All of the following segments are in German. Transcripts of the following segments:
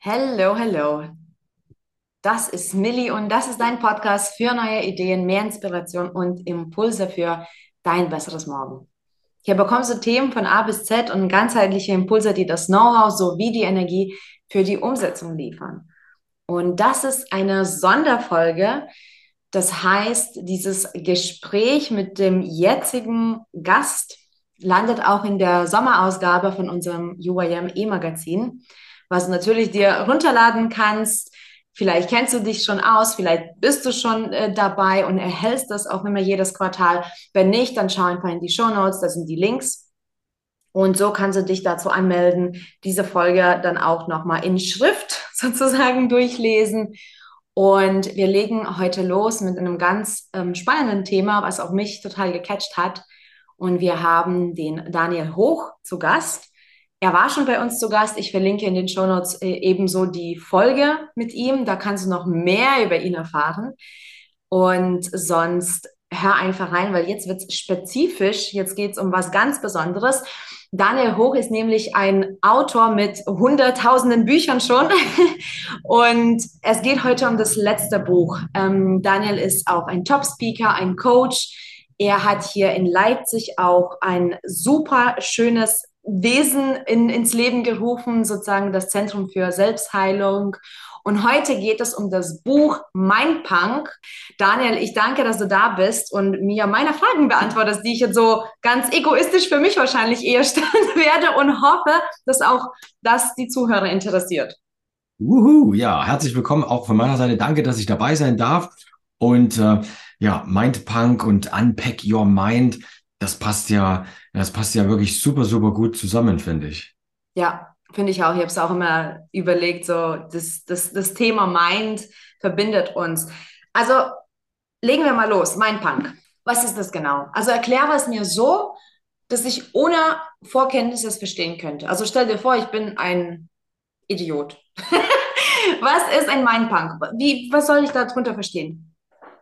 Hello, hello. Das ist Millie und das ist dein Podcast für neue Ideen, mehr Inspiration und Impulse für dein besseres Morgen. Hier bekommst du Themen von A bis Z und ganzheitliche Impulse, die das Know-how sowie die Energie für die Umsetzung liefern. Und das ist eine Sonderfolge. Das heißt, dieses Gespräch mit dem jetzigen Gast landet auch in der Sommerausgabe von unserem UIM E-Magazin, was du natürlich dir runterladen kannst. Vielleicht kennst du dich schon aus, vielleicht bist du schon dabei und erhältst das auch immer jedes Quartal. Wenn nicht, dann schau einfach in die Shownotes, da sind die Links. Und so kannst du dich dazu anmelden, diese Folge dann auch nochmal in Schrift sozusagen durchlesen. Und wir legen heute los mit einem ganz spannenden Thema, was auch mich total gecatcht hat. Und wir haben den Daniel Hoch zu Gast. Er war schon bei uns zu Gast. Ich verlinke in den Shownotes ebenso die Folge mit ihm. Da kannst du noch mehr über ihn erfahren. Und sonst hör einfach rein, weil jetzt wird es spezifisch. Jetzt geht es um was ganz Besonderes. Daniel Hoch ist nämlich ein Autor mit hunderttausenden Büchern schon. Und es geht heute um das letzte Buch. Daniel ist auch ein Top-Speaker, ein Coach. Er hat hier in Leipzig auch ein super schönes Wesen ins Leben gerufen, sozusagen das Zentrum für Selbstheilung. Und heute geht es um das Buch Mindpunk. Daniel, ich danke, dass du da bist und mir meine Fragen beantwortest, die ich jetzt so ganz egoistisch für mich wahrscheinlich eher stellen werde und hoffe, dass auch das die Zuhörer interessiert. Ja, herzlich willkommen auch von meiner Seite. Danke, dass ich dabei sein darf. Und ja, Mindpunk und Unpack Your Mind, das passt ja wirklich super, super gut zusammen, finde ich. Ja, finde ich auch. Ich habe es auch immer überlegt, so das Thema Mind verbindet uns. Also legen wir mal los. Mindpunk. Was ist das genau? Also erkläre es mir so, dass ich ohne Vorkenntnisse es verstehen könnte. Also stell dir vor, ich bin ein Idiot. Was ist ein Mindpunk? Was soll ich darunter verstehen?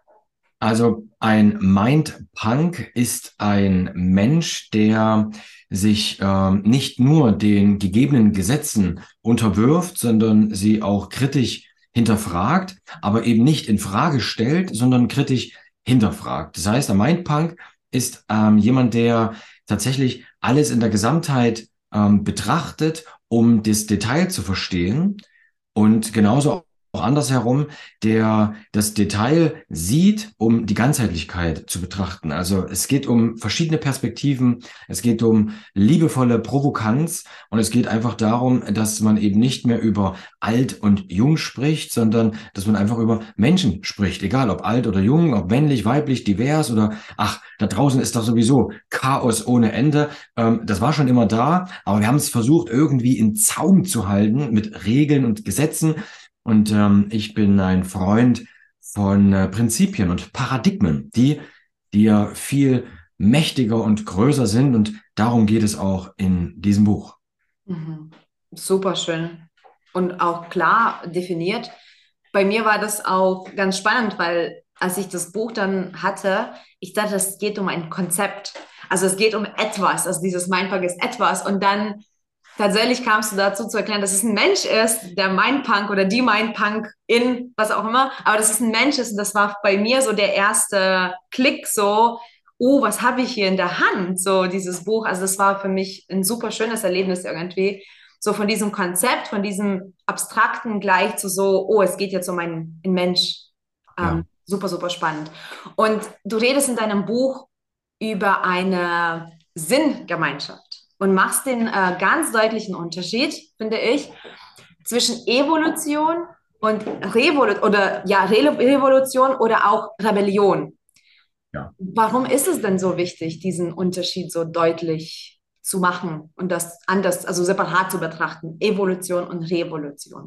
Also ein Mindpunk ist ein Mensch, der sich nicht nur den gegebenen Gesetzen unterwirft, sondern sie auch kritisch hinterfragt, aber eben nicht in Frage stellt, sondern kritisch hinterfragt. Das heißt, ein Mindpunk ist jemand, der tatsächlich alles in der Gesamtheit betrachtet, um das Detail zu verstehen und genauso auch andersherum, der das Detail sieht, um die Ganzheitlichkeit zu betrachten. Also es geht um verschiedene Perspektiven, es geht um liebevolle Provokanz und es geht einfach darum, dass man eben nicht mehr über alt und jung spricht, sondern dass man einfach über Menschen spricht, egal ob alt oder jung, ob männlich, weiblich, divers oder ach, da draußen ist doch sowieso Chaos ohne Ende. Das war schon immer da, aber wir haben es versucht, irgendwie in Zaum zu halten mit Regeln und Gesetzen. Und ich bin ein Freund von Prinzipien und Paradigmen, die ja viel mächtiger und größer sind. Und darum geht es auch in diesem Buch. Mhm. Super schön und auch klar definiert. Bei mir war das auch ganz spannend, weil als ich das Buch dann hatte, ich dachte, es geht um ein Konzept. Also es geht um etwas, also dieses Mindfuck ist etwas. Und dann tatsächlich kamst du dazu zu erklären, dass es ein Mensch ist, der Mindpunk oder die Mindpunk in was auch immer, aber dass es ein Mensch ist. Und das war bei mir so der erste Klick so, oh, was habe ich hier in der Hand? So dieses Buch. Also das war für mich ein super schönes Erlebnis irgendwie. So von diesem Konzept, von diesem Abstrakten gleich zu so, oh, es geht jetzt um einen Mensch. Ja. Super, super spannend. Und du redest in deinem Buch über eine Sinngemeinschaft und machst den ganz deutlichen Unterschied, finde ich, zwischen Evolution und Revolution oder ja, Revolution oder auch Rebellion. Ja. Warum ist es denn so wichtig, diesen Unterschied so deutlich zu machen und das anders, also separat zu betrachten? Evolution und Revolution.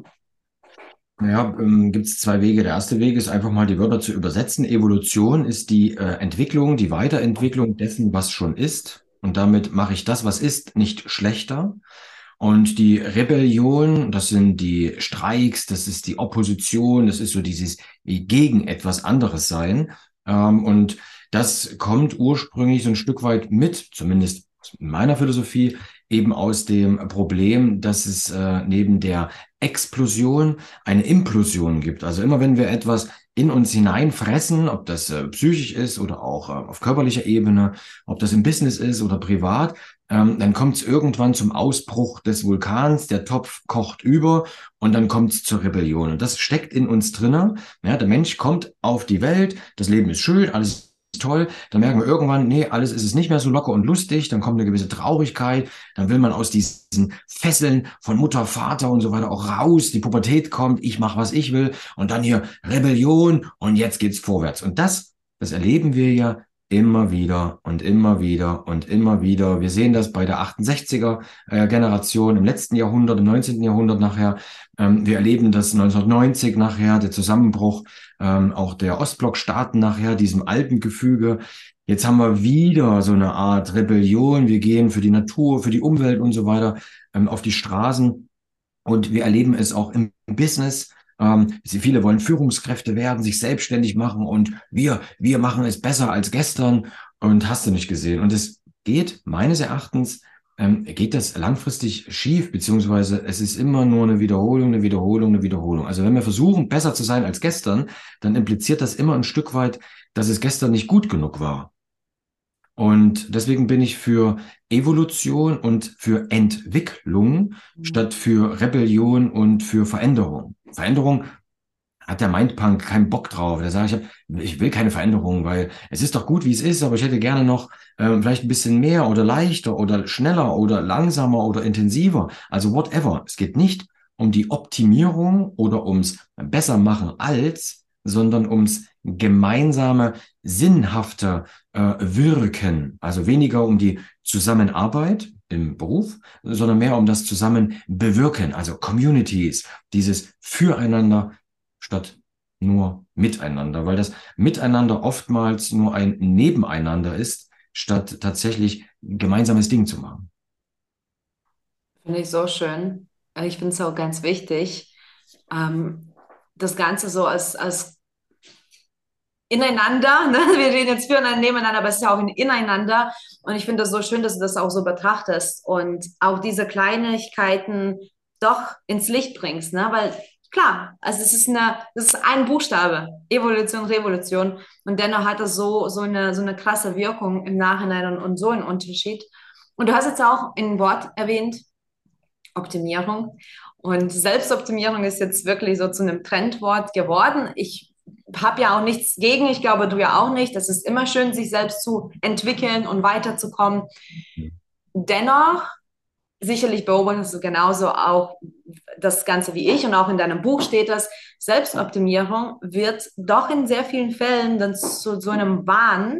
Ja, gibt es zwei Wege. Der erste Weg ist einfach mal die Wörter zu übersetzen. Evolution ist die Entwicklung, die Weiterentwicklung dessen, was schon ist. Und damit mache ich das, was ist, nicht schlechter. Und die Rebellion, das sind die Streiks, das ist die Opposition, das ist so dieses gegen etwas anderes sein. Und das kommt ursprünglich so ein Stück weit mit, zumindest in meiner Philosophie, eben aus dem Problem, dass es neben der Explosion eine Implosion gibt. Also immer wenn wir etwas in uns hineinfressen, ob das psychisch ist oder auch auf körperlicher Ebene, ob das im Business ist oder privat, dann kommt es irgendwann zum Ausbruch des Vulkans, der Topf kocht über und dann kommt es zur Rebellion. Und das steckt in uns drinnen. Ja, der Mensch kommt auf die Welt, das Leben ist schön, alles ist toll, dann merken wir irgendwann, nee, alles ist es nicht mehr so locker und lustig, dann kommt eine gewisse Traurigkeit, dann will man aus diesen Fesseln von Mutter, Vater und so weiter auch raus, die Pubertät kommt, ich mache, was ich will und dann hier Rebellion und jetzt geht's vorwärts. Und das erleben wir ja immer wieder und immer wieder und immer wieder. Wir sehen das bei der 68er Generation im letzten Jahrhundert, im 19. Jahrhundert nachher. Wir erleben das 1990 nachher, der Zusammenbruch auch der Ostblockstaaten nachher, diesem alten Gefüge. Jetzt haben wir wieder so eine Art Rebellion. Wir gehen für die Natur, für die Umwelt und so weiter auf die Straßen. Und wir erleben es auch im Business. Viele wollen Führungskräfte werden, sich selbstständig machen und wir machen es besser als gestern und hast du nicht gesehen. Und es geht meines Erachtens, geht das langfristig schief, beziehungsweise es ist immer nur eine Wiederholung, eine Wiederholung, eine Wiederholung. Also wenn wir versuchen, besser zu sein als gestern, dann impliziert das immer ein Stück weit, dass es gestern nicht gut genug war. Und deswegen bin ich für Evolution und für Entwicklung statt für Rebellion und für Veränderung. Veränderung hat der Mindpunk keinen Bock drauf. Der sagt, ich will keine Veränderung, weil es ist doch gut, wie es ist, aber ich hätte gerne noch vielleicht ein bisschen mehr oder leichter oder schneller oder langsamer oder intensiver. Also whatever. Es geht nicht um die Optimierung oder ums Bessermachen als, sondern ums gemeinsame, sinnhafte Wirken. Also weniger um die Zusammenarbeit im Beruf, sondern mehr um das Zusammenbewirken, also Communities, dieses Füreinander statt nur miteinander, weil das Miteinander oftmals nur ein Nebeneinander ist, statt tatsächlich ein gemeinsames Ding zu machen. Finde ich so schön. Ich finde es auch ganz wichtig, ähm, das Ganze so als ineinander, ne? Wir reden jetzt füreinander, nebeneinander, aber es ist ja auch ein Ineinander. Und ich finde das so schön, dass du das auch so betrachtest und auch diese Kleinigkeiten doch ins Licht bringst, ne? Weil klar, also es ist ein Buchstabe, Evolution, Revolution. Und dennoch hat es so eine krasse Wirkung im Nachhinein und so einen Unterschied. Und du hast jetzt auch ein Wort erwähnt, Optimierung. Und Selbstoptimierung ist jetzt wirklich so zu einem Trendwort geworden. Ich habe ja auch nichts gegen, ich glaube, du ja auch nicht. Das ist immer schön, sich selbst zu entwickeln und weiterzukommen. Dennoch, sicherlich beobachtest du genauso auch das Ganze wie ich und auch in deinem Buch steht das, Selbstoptimierung wird doch in sehr vielen Fällen dann zu so einem Wahn.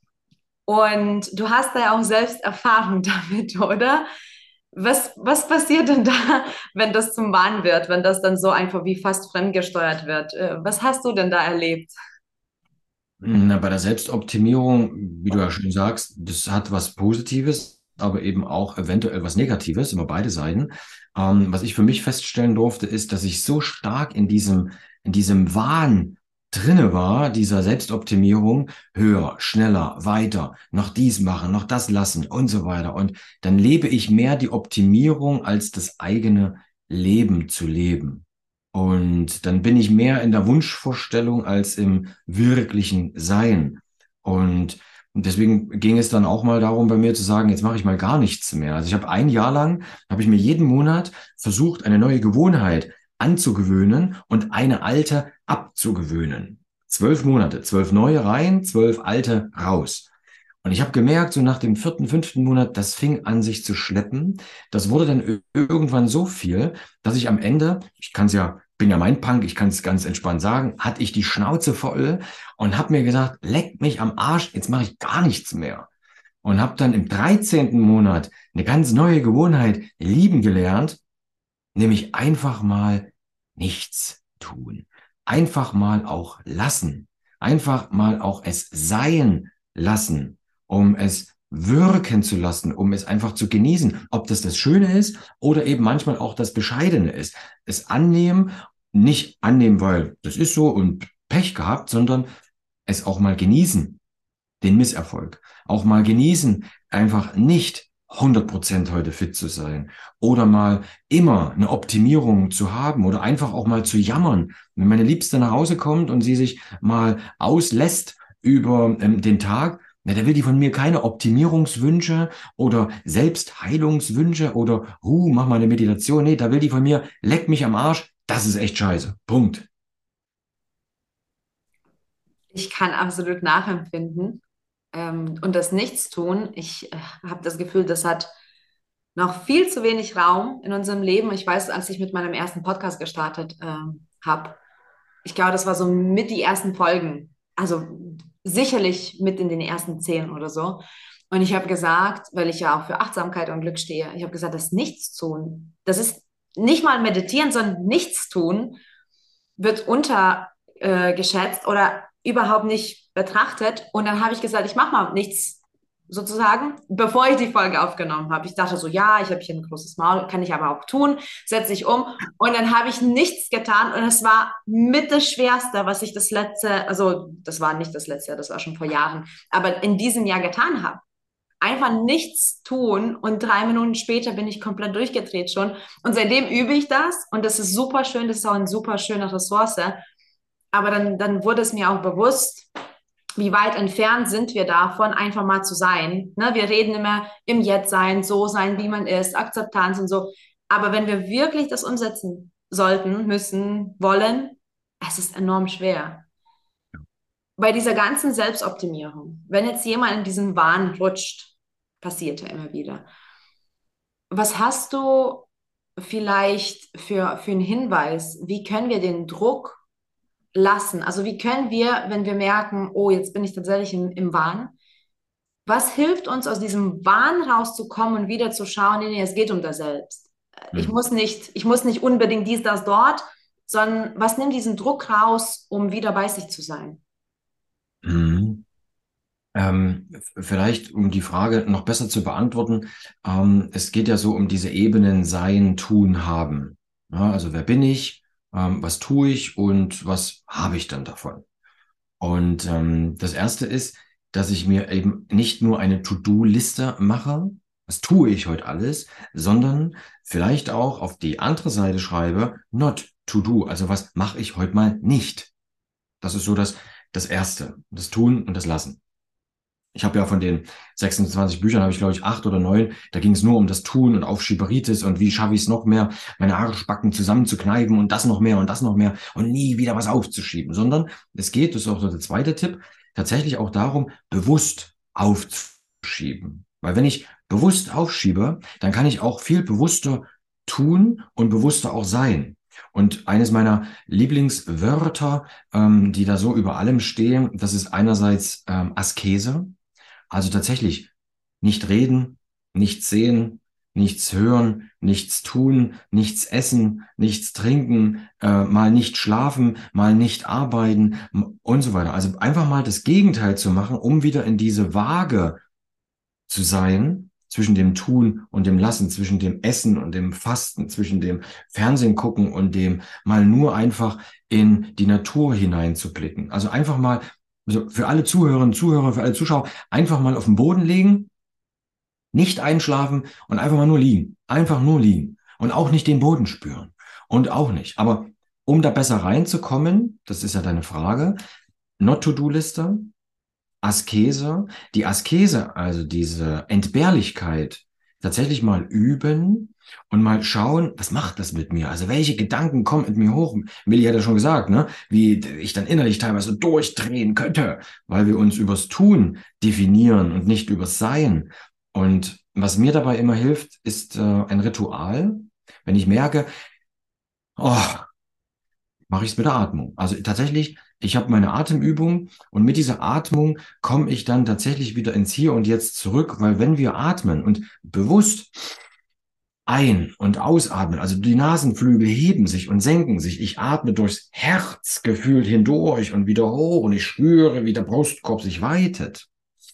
Und du hast da ja auch selbst Erfahrung damit, oder? Was passiert denn da, wenn das zum Wahn wird, wenn das dann so einfach wie fast fremdgesteuert wird? Was hast du denn da erlebt? Na, bei der Selbstoptimierung, wie du ja schon sagst, das hat was Positives, aber eben auch eventuell was Negatives, immer beide Seiten. Was ich für mich feststellen durfte, ist, dass ich so stark in diesem Wahn drinne war, dieser Selbstoptimierung, höher, schneller, weiter, noch dies machen, noch das lassen und so weiter. Und dann lebe ich mehr die Optimierung als das eigene Leben zu leben. Und dann bin ich mehr in der Wunschvorstellung als im wirklichen Sein. Und deswegen ging es dann auch mal darum, bei mir zu sagen, jetzt mache ich mal gar nichts mehr. Also ich habe ein Jahr lang, habe ich mir jeden Monat versucht, eine neue Gewohnheit anzugewöhnen und eine alte abzugewöhnen. 12 Monate, 12 neue rein, 12 alte raus. Und ich habe gemerkt, so nach dem vierten, fünften Monat, das fing an, sich zu schleppen. Das wurde dann irgendwann so viel, dass ich am Ende, ich kann es ja, bin ja mein Punk, ich kann es ganz entspannt sagen, hatte ich die Schnauze voll und habe mir gesagt, leck mich am Arsch, jetzt mache ich gar nichts mehr. Und habe dann im 13. Monat eine ganz neue Gewohnheit lieben gelernt, nämlich einfach mal nichts tun. Einfach mal auch lassen. Einfach mal auch es sein lassen, um es wirken zu lassen, um es einfach zu genießen. Ob das das Schöne ist oder eben manchmal auch das Bescheidene ist. Es annehmen, nicht annehmen, weil das ist so und Pech gehabt, sondern es auch mal genießen, den Misserfolg. Auch mal genießen, einfach nicht 100% heute fit zu sein oder mal immer eine Optimierung zu haben oder einfach auch mal zu jammern. Wenn meine Liebste nach Hause kommt und sie sich mal auslässt über den Tag, na, da will die von mir keine Optimierungswünsche oder Selbstheilungswünsche oder, mach mal eine Meditation. Nee, da will die von mir, leck mich am Arsch, das ist echt scheiße. Punkt. Ich kann absolut nachempfinden. Und das Nichtstun, ich habe das Gefühl, das hat noch viel zu wenig Raum in unserem Leben. Ich weiß, als ich mit meinem ersten Podcast gestartet habe, ich glaube, das war so mit die ersten Folgen. Also sicherlich mit in den ersten 10 oder so. Und ich habe gesagt, weil ich ja auch für Achtsamkeit und Glück stehe, ich habe gesagt, das Nichtstun, das ist nicht mal meditieren, sondern Nichtstun wird untergeschätzt oder überhaupt nicht betrachtet. Und dann habe ich gesagt, ich mache mal nichts sozusagen, bevor ich die Folge aufgenommen habe. Ich dachte so, ja, ich habe hier ein großes Maul, kann ich aber auch tun, setze ich um. Und dann habe ich nichts getan und es war mit das Schwerste, was ich das letzte, also das war nicht das letzte, das war schon vor Jahren, aber in diesem Jahr getan habe. Einfach nichts tun und 3 Minuten später bin ich komplett durchgedreht schon. Und seitdem übe ich das und das ist super schön, das ist auch eine super schöne Ressource. Aber dann wurde es mir auch bewusst, wie weit entfernt sind wir davon, einfach mal zu sein. Ne? Wir reden immer im Jetzt sein, so sein, wie man ist, Akzeptanz und so. Aber wenn wir wirklich das umsetzen sollten, müssen, wollen, es ist enorm schwer. Bei dieser ganzen Selbstoptimierung, wenn jetzt jemand in diesen Wahn rutscht, passiert ja immer wieder. Was hast du vielleicht für einen Hinweis? Wie können wir den Druck lassen? Also wie können wir, wenn wir merken, oh, jetzt bin ich tatsächlich im Wahn, was hilft uns aus diesem Wahn rauszukommen und wieder zu schauen, nee, nee, es geht um das Selbst. Hm. Ich muss nicht unbedingt dies, das, dort, sondern was nimmt diesen Druck raus, um wieder bei sich zu sein? Mhm. Vielleicht, um die Frage noch besser zu beantworten, es geht ja so um diese Ebenen Sein, Tun, Haben. Ja, also wer bin ich, was tue ich und was habe ich dann davon? Und das Erste ist, dass ich mir eben nicht nur eine To-Do-Liste mache, was tue ich heute alles, sondern vielleicht auch auf die andere Seite schreibe, not to do, also was mache ich heute mal nicht. Das ist so das Erste, das Tun und das Lassen. Ich habe ja von den 26 Büchern, habe ich glaube ich 8 oder 9, da ging es nur um das Tun und Aufschieberitis und wie schaffe ich es noch mehr, meine Arschbacken zusammenzukneifen und das noch mehr und das noch mehr und nie wieder was aufzuschieben, sondern es geht, das ist auch so der zweite Tipp, tatsächlich auch darum, bewusst aufzuschieben. Weil wenn ich bewusst aufschiebe, dann kann ich auch viel bewusster tun und bewusster auch sein. Und eines meiner Lieblingswörter, die da so über allem stehen, das ist einerseits Askese. Also tatsächlich nicht reden, nichts sehen, nichts hören, nichts tun, nichts essen, nichts trinken, mal nicht schlafen, mal nicht arbeiten und so weiter. Also einfach mal das Gegenteil zu machen, um wieder in diese Waage zu sein, zwischen dem Tun und dem Lassen, zwischen dem Essen und dem Fasten, zwischen dem Fernsehen gucken und dem mal nur einfach in die Natur hineinzublicken. Also einfach mal, also für alle Zuhörerinnen und Zuhörer, für alle Zuschauer, einfach mal auf den Boden legen, nicht einschlafen und einfach mal nur liegen. Einfach nur liegen. Und auch nicht den Boden spüren. Und auch nicht. Aber um da besser reinzukommen, das ist ja deine Frage, Not-to-Do-Liste, Askese, die Askese, also diese Entbehrlichkeit, tatsächlich mal üben und mal schauen, was macht das mit mir? Also welche Gedanken kommen mit mir hoch? Willi hat ja schon gesagt, ne? Wie ich dann innerlich teilweise durchdrehen könnte, weil wir uns übers Tun definieren und nicht übers Sein. Und was mir dabei immer hilft, ist ein Ritual. Wenn ich merke, oh, mache ich es mit der Atmung. Also tatsächlich, ich habe meine Atemübung und mit dieser Atmung komme ich dann tatsächlich wieder ins Hier und Jetzt zurück, weil wenn wir atmen und bewusst ein- und ausatmen, also die Nasenflügel heben sich und senken sich, ich atme durchs Herz gefühlt hindurch und wieder hoch und ich spüre, wie der Brustkorb sich weitet.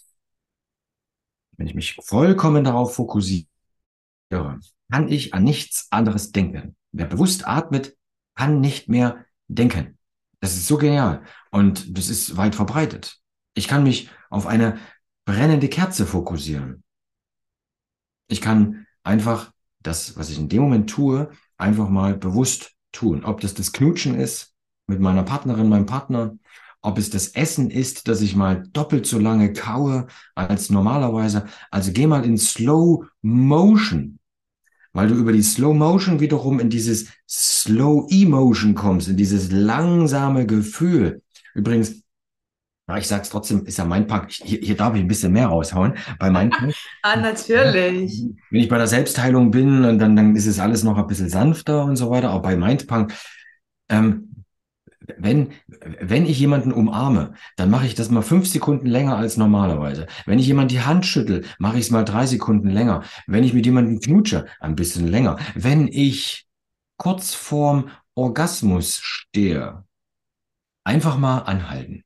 Wenn ich mich vollkommen darauf fokussiere, kann ich an nichts anderes denken. Wer bewusst atmet, kann nicht mehr denken. Das ist so genial und das ist weit verbreitet. Ich kann mich auf eine brennende Kerze fokussieren. Ich kann einfach das, was ich in dem Moment tue, einfach mal bewusst tun. Ob das Knutschen ist mit meiner Partnerin, meinem Partner, ob es das Essen ist, dass ich mal doppelt so lange kaue als normalerweise. Also geh mal in Slow Motion, weil du über die Slow Motion wiederum in dieses Slow Emotion kommst, in dieses langsame Gefühl. Übrigens, ja, ich sag's trotzdem, ist ja Mindpunk. Hier darf ich ein bisschen mehr raushauen. Bei Mindpunk, Ah, ja, natürlich. wenn ich bei der Selbstheilung bin, und dann ist es alles noch ein bisschen sanfter und so weiter. Aber bei Mindpunk, ähm, wenn, wenn ich jemanden umarme, dann mache ich das mal 5 Sekunden länger als normalerweise. Wenn ich jemand die Hand schüttel, mache ich es mal 3 Sekunden länger. Wenn ich mit jemandem knutsche, ein bisschen länger. Wenn ich kurz vorm Orgasmus stehe, einfach mal anhalten.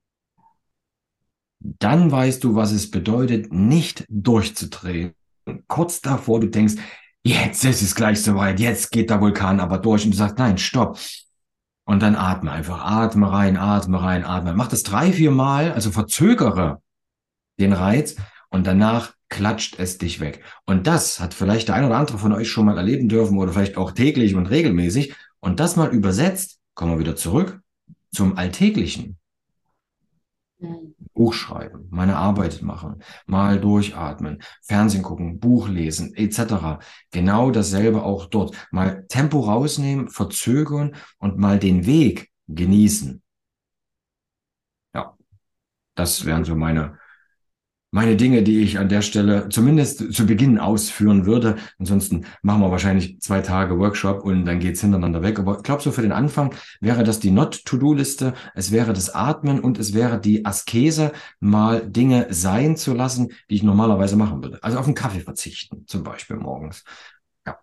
Dann weißt du, was es bedeutet, nicht durchzudrehen. Kurz davor, du denkst, jetzt ist es gleich soweit, jetzt geht der Vulkan aber durch. Und du sagst, nein, stopp. Und dann atme einfach, atme rein, atme rein, atme. Mach das 3, 4 Mal, also verzögere den Reiz und danach klatscht es dich weg. Und das hat vielleicht der ein oder andere von euch schon mal erleben dürfen oder vielleicht auch täglich und regelmäßig. Und das mal übersetzt, kommen wir wieder zurück zum Alltäglichen. Hm. Buch schreiben, meine Arbeit machen, mal durchatmen, Fernsehen gucken, Buch lesen, etc. Genau dasselbe auch dort. Mal Tempo rausnehmen, verzögern und mal den Weg genießen. Ja, das wären so meine Dinge, die ich an der Stelle zumindest zu Beginn ausführen würde. Ansonsten machen wir wahrscheinlich 2 Tage Workshop und dann geht's hintereinander weg. Aber ich glaube, so für den Anfang wäre das die Not-to-Do-Liste, es wäre das Atmen und es wäre die Askese, mal Dinge sein zu lassen, die ich normalerweise machen würde. Also auf einen Kaffee verzichten, zum Beispiel morgens. Ja.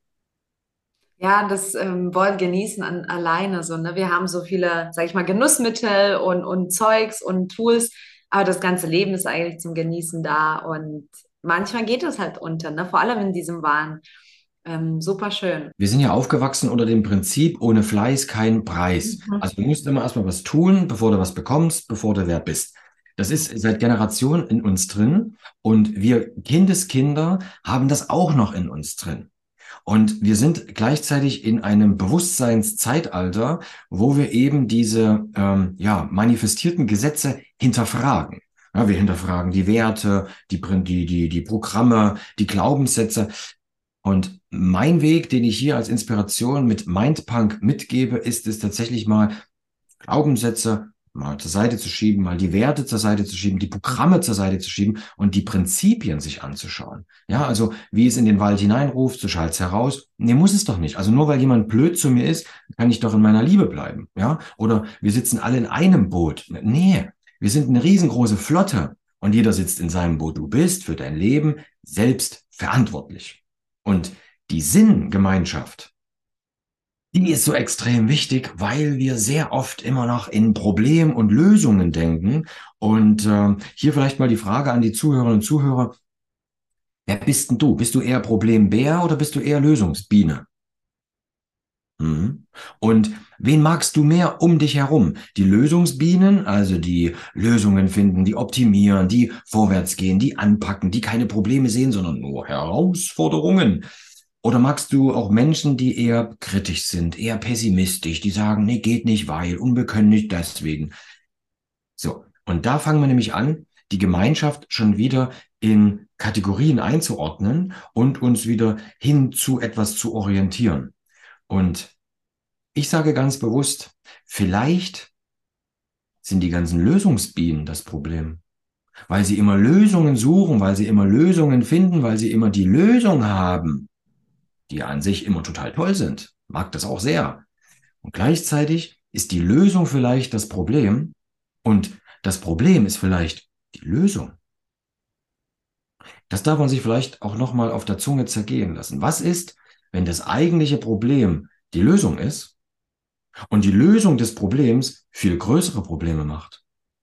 Ja, das wollen genießen alleine so, ne? Wir haben so viele, sag ich mal, Genussmittel und Zeugs und Tools, aber das ganze Leben ist eigentlich zum Genießen da und manchmal geht es halt unter, ne? Vor allem in diesem Wahn. Super schön. Wir sind ja aufgewachsen unter dem Prinzip, ohne Fleiß kein Preis. Mhm. Also du musst immer erstmal was tun, bevor du was bekommst, bevor du wer bist. Das ist seit Generationen in uns drin und wir Kindeskinder haben das auch noch in uns drin. Und wir sind gleichzeitig in einem Bewusstseinszeitalter, wo wir eben diese ja, manifestierten Gesetze hinterfragen. Ja, wir hinterfragen die Werte, die Programme, die Glaubenssätze. Und mein Weg, den ich hier als Inspiration mit Mindpunk mitgebe, ist es tatsächlich mal Glaubenssätze mal zur Seite zu schieben, mal die Werte zur Seite zu schieben, die Programme zur Seite zu schieben und die Prinzipien sich anzuschauen. Ja, also wie es in den Wald hineinruft, so schallt's heraus. Nee, muss es doch nicht. Also nur weil jemand blöd zu mir ist, kann ich doch in meiner Liebe bleiben. Ja, oder wir sitzen alle in einem Boot. Nee, wir sind eine riesengroße Flotte und jeder sitzt in seinem Boot. Du bist für dein Leben selbst verantwortlich. Und die Sinngemeinschaft, die ist so extrem wichtig, weil wir sehr oft immer noch in Problem und Lösungen denken. Und hier vielleicht mal die Frage an die Zuhörerinnen und Zuhörer, wer bist denn du? Bist du eher Problembär oder bist du eher Lösungsbiene? Mhm. Und wen magst du mehr um dich herum? Die Lösungsbienen, also die Lösungen finden, die optimieren, die vorwärts gehen, die anpacken, die keine Probleme sehen, sondern nur Herausforderungen. Oder magst du auch Menschen, die eher kritisch sind, eher pessimistisch, die sagen, nee, geht nicht, weil, und wir können nicht deswegen. So. Und da fangen wir nämlich an, die Gemeinschaft schon wieder in Kategorien einzuordnen und uns wieder hin zu etwas zu orientieren. Und ich sage ganz bewusst, vielleicht sind die ganzen Lösungsbienen das Problem, weil sie immer Lösungen suchen, weil sie immer Lösungen finden, weil sie immer die Lösung haben, die an sich immer total toll sind. Mag das auch sehr. Und gleichzeitig ist die Lösung vielleicht das Problem und das Problem ist vielleicht die Lösung. Das darf man sich vielleicht auch nochmal auf der Zunge zergehen lassen. Was ist, wenn das eigentliche Problem die Lösung ist und die Lösung des Problems viel größere Probleme macht?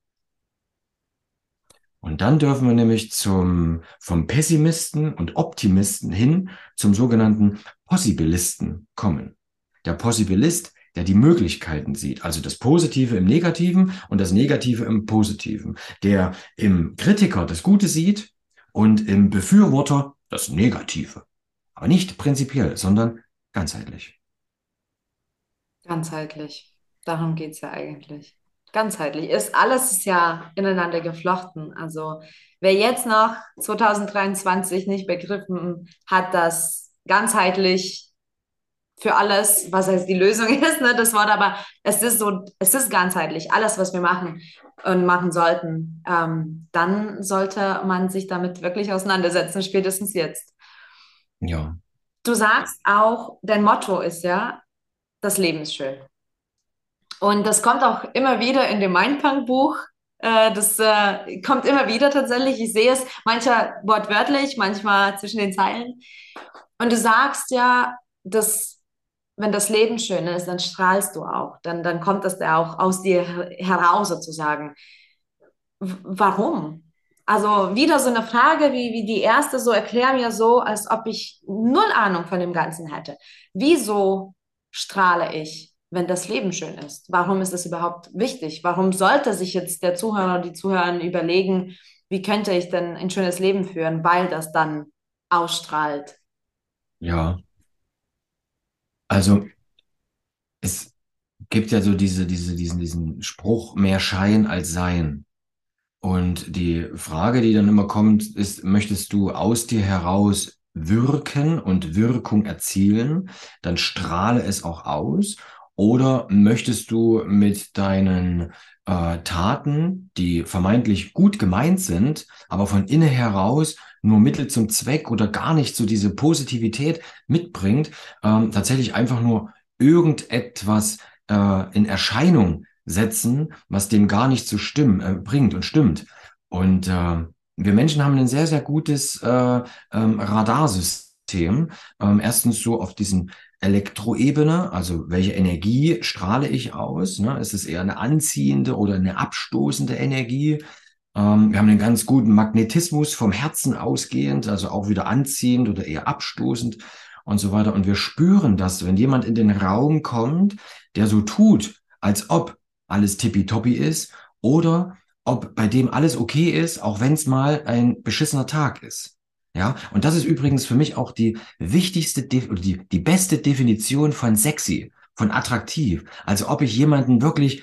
Und dann dürfen wir nämlich vom Pessimisten und Optimisten hin zum sogenannten Possibilisten kommen. Der Possibilist, der die Möglichkeiten sieht, also das Positive im Negativen und das Negative im Positiven, der im Kritiker das Gute sieht und im Befürworter das Negative. Aber nicht prinzipiell, sondern ganzheitlich. Ganzheitlich. Darum geht es ja eigentlich. Ganzheitlich. Alles ist ja ineinander geflochten. Also wer jetzt noch 2023 nicht begriffen hat, dass ganzheitlich für alles, was heißt die Lösung ist, ne, das Wort, aber es ist so, es ist ganzheitlich. Alles, was wir machen und machen sollten, dann sollte man sich damit wirklich auseinandersetzen, spätestens jetzt. Ja, Du sagst auch, dein Motto ist ja, das Leben ist schön. Und das kommt auch immer wieder in dem Mindpunk-Buch. Das kommt immer wieder tatsächlich. Ich sehe es manchmal wortwörtlich, manchmal zwischen den Zeilen. Und du sagst ja, dass wenn das Leben schön ist, dann strahlst du auch. Dann kommt das ja auch aus dir heraus sozusagen. Warum? Also wieder so eine Frage wie die erste, so erklär mir so, als ob ich null Ahnung von dem Ganzen hätte. Wieso strahle ich, wenn das Leben schön ist? Warum ist das überhaupt wichtig? Warum sollte sich jetzt der Zuhörer oder die Zuhörer überlegen, wie könnte ich denn ein schönes Leben führen, weil das dann ausstrahlt? ja. Also es gibt ja so diesen Spruch, mehr Schein als Sein. Und die Frage, die dann immer kommt, ist, möchtest du aus dir heraus wirken und Wirkung erzielen? Dann strahle es auch aus. Oder möchtest du mit deinen Taten, die vermeintlich gut gemeint sind, aber von innen heraus nur Mittel zum Zweck oder gar nicht so diese Positivität mitbringt, tatsächlich einfach nur irgendetwas in Erscheinung setzen, was dem gar nicht zu stimmen, bringt und stimmt. Und wir Menschen haben ein sehr, sehr gutes Radarsystem. Erstens so auf diesen Elektroebene, also welche Energie strahle ich aus? Ne? Ist es eher eine anziehende oder eine abstoßende Energie? Wir haben einen ganz guten Magnetismus vom Herzen ausgehend, also auch wieder anziehend oder eher abstoßend und so weiter. Und wir spüren das, wenn jemand in den Raum kommt, der so tut, als ob alles tippitoppi ist oder ob bei dem alles okay ist, auch wenn es mal ein beschissener Tag ist. Ja, und das ist übrigens für mich auch die wichtigste, oder die beste Definition von sexy, von attraktiv. Also ob ich jemanden wirklich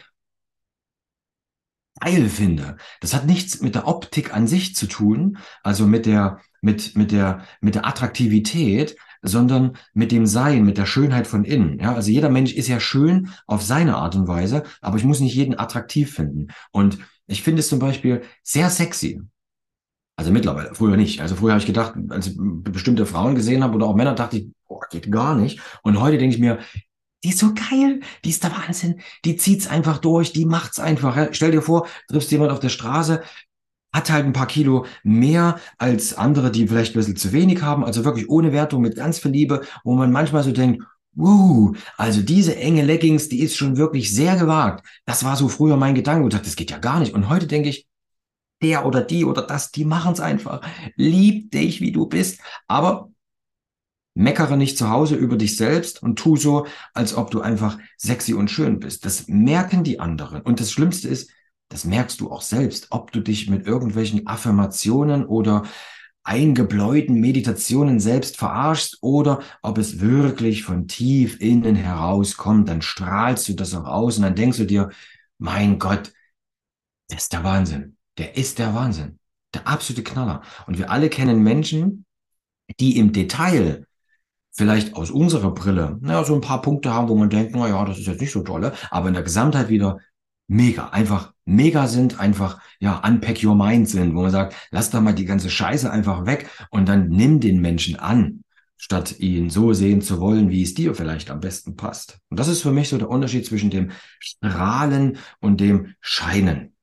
geil finde. Das hat nichts mit der Optik an sich zu tun, also mit der Attraktivität, sondern mit dem Sein, mit der Schönheit von innen. Ja, also jeder Mensch ist ja schön auf seine Art und Weise, aber ich muss nicht jeden attraktiv finden. Und ich finde es zum Beispiel sehr sexy. Also mittlerweile, früher nicht. Also früher habe ich gedacht, als ich bestimmte Frauen gesehen habe oder auch Männer, dachte ich, boah, geht gar nicht. Und heute denke ich mir, die ist so geil, die ist der Wahnsinn, die zieht's einfach durch, die macht's einfach. Ja. Stell dir vor, triffst jemand auf der Straße, hat halt ein paar Kilo mehr als andere, die vielleicht ein bisschen zu wenig haben, also wirklich ohne Wertung, mit ganz viel Liebe, wo man manchmal so denkt, also diese enge Leggings, die ist schon wirklich sehr gewagt. Das war so früher mein Gedanke und dachte, das geht ja gar nicht. Und heute denke ich, der oder die oder das, die machen's einfach. Lieb dich, wie du bist. Aber meckere nicht zu Hause über dich selbst und tu so, als ob du einfach sexy und schön bist. Das merken die anderen. Und das Schlimmste ist, das merkst du auch selbst, ob du dich mit irgendwelchen Affirmationen oder eingebläuten Meditationen selbst verarschst oder ob es wirklich von tief innen herauskommt, dann strahlst du das auch aus und dann denkst du dir, mein Gott, der ist der Wahnsinn. Der ist der Wahnsinn. Der absolute Knaller. Und wir alle kennen Menschen, die im Detail vielleicht aus unserer Brille, naja, so ein paar Punkte haben, wo man denkt, na ja, das ist jetzt nicht so tolle, aber in der Gesamtheit wieder mega, einfach mega sind, einfach, ja, unpack your mind sind, wo man sagt, lass da mal die ganze Scheiße einfach weg und dann nimm den Menschen an, statt ihn so sehen zu wollen, wie es dir vielleicht am besten passt. Und das ist für mich so der Unterschied zwischen dem Strahlen und dem Scheinen.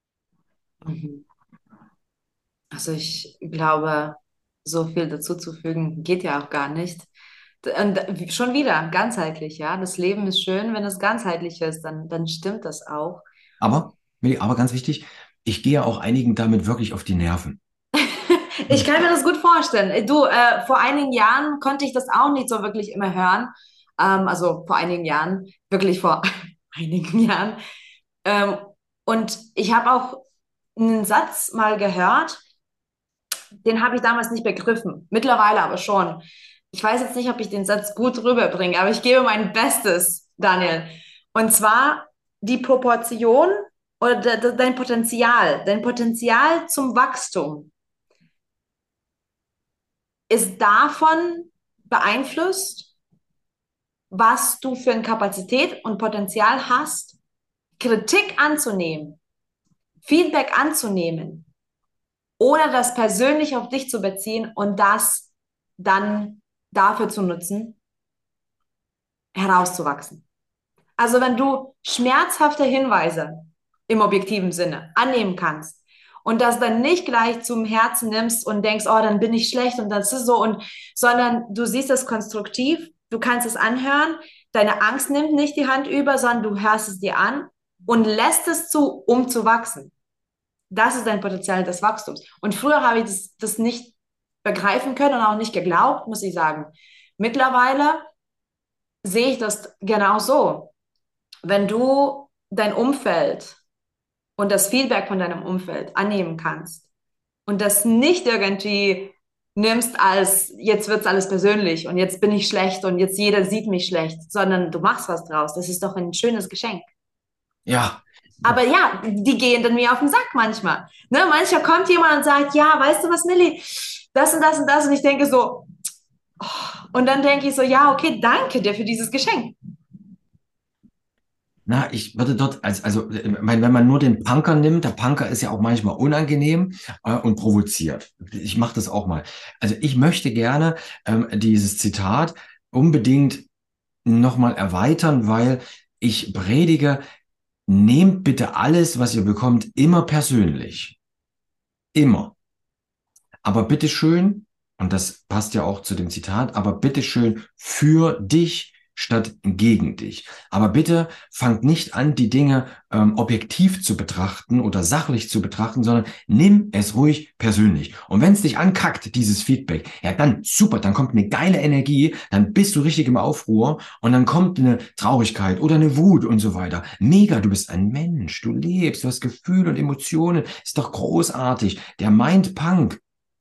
Mhm. Also ich glaube, so viel dazu zu fügen geht ja auch gar nicht. Und schon wieder ganzheitlich, ja. Das Leben ist schön, wenn es ganzheitlich ist, dann stimmt das auch. Aber ganz wichtig, ich gehe auch einigen damit wirklich auf die Nerven. Ich kann mir das gut vorstellen. Du, vor einigen Jahren konnte ich das auch nicht so wirklich immer hören. Also vor einigen Jahren, wirklich vor einigen Jahren. Ähm, und ich habe auch einen Satz mal gehört, Den habe ich damals nicht begriffen, mittlerweile aber schon. Ich weiß jetzt nicht, ob ich den Satz gut rüberbringe, aber ich gebe mein Bestes, Daniel. Und zwar die Proportion oder dein Potenzial zum Wachstum ist davon beeinflusst, was du für eine Kapazität und Potenzial hast, Kritik anzunehmen, Feedback anzunehmen, ohne das persönlich auf dich zu beziehen und das dann dafür zu nutzen, herauszuwachsen. Also wenn du schmerzhafte Hinweise im objektiven Sinne annehmen kannst und das dann nicht gleich zum Herzen nimmst und denkst, oh, dann bin ich schlecht und das ist so und, sondern du siehst es konstruktiv, du kannst es anhören, deine Angst nimmt nicht die Hand über, sondern du hörst es dir an und lässt es zu, um zu wachsen. Das ist dein Potenzial des Wachstums. Und früher habe ich das nicht begreifen können und auch nicht geglaubt, muss ich sagen. Mittlerweile sehe ich das genau so. Wenn du dein Umfeld und das Feedback von deinem Umfeld annehmen kannst und das nicht irgendwie nimmst als, jetzt wird's alles persönlich und jetzt bin ich schlecht und jetzt jeder sieht mich schlecht, sondern du machst was draus. Das ist doch ein schönes Geschenk. Ja, Aber ja, die gehen dann mir auf den Sack manchmal. Ne? Manchmal kommt jemand und sagt, ja, weißt du was, Milli, das und das und das. Und ich denke so, oh. Und dann denke ich so, ja, okay, danke dir für dieses Geschenk. na, ich würde dort, wenn man nur den Punker nimmt, der Punker ist ja auch manchmal unangenehm und provoziert. Ich mache das auch mal. Also ich möchte gerne dieses Zitat unbedingt nochmal erweitern, weil ich predige, nehmt bitte alles, was ihr bekommt, immer persönlich. Immer. Aber bitteschön, und das passt ja auch zu dem Zitat, aber bitteschön für dich statt gegen dich. Aber bitte fangt nicht an, die Dinge objektiv zu betrachten oder sachlich zu betrachten, sondern nimm es ruhig persönlich. Und wenn es dich ankackt, dieses Feedback, ja dann super, dann kommt eine geile Energie, dann bist du richtig im Aufruhr und dann kommt eine Traurigkeit oder eine Wut und so weiter. Mega, du bist ein Mensch, du lebst, du hast Gefühle und Emotionen, ist doch großartig. Der Mindpunk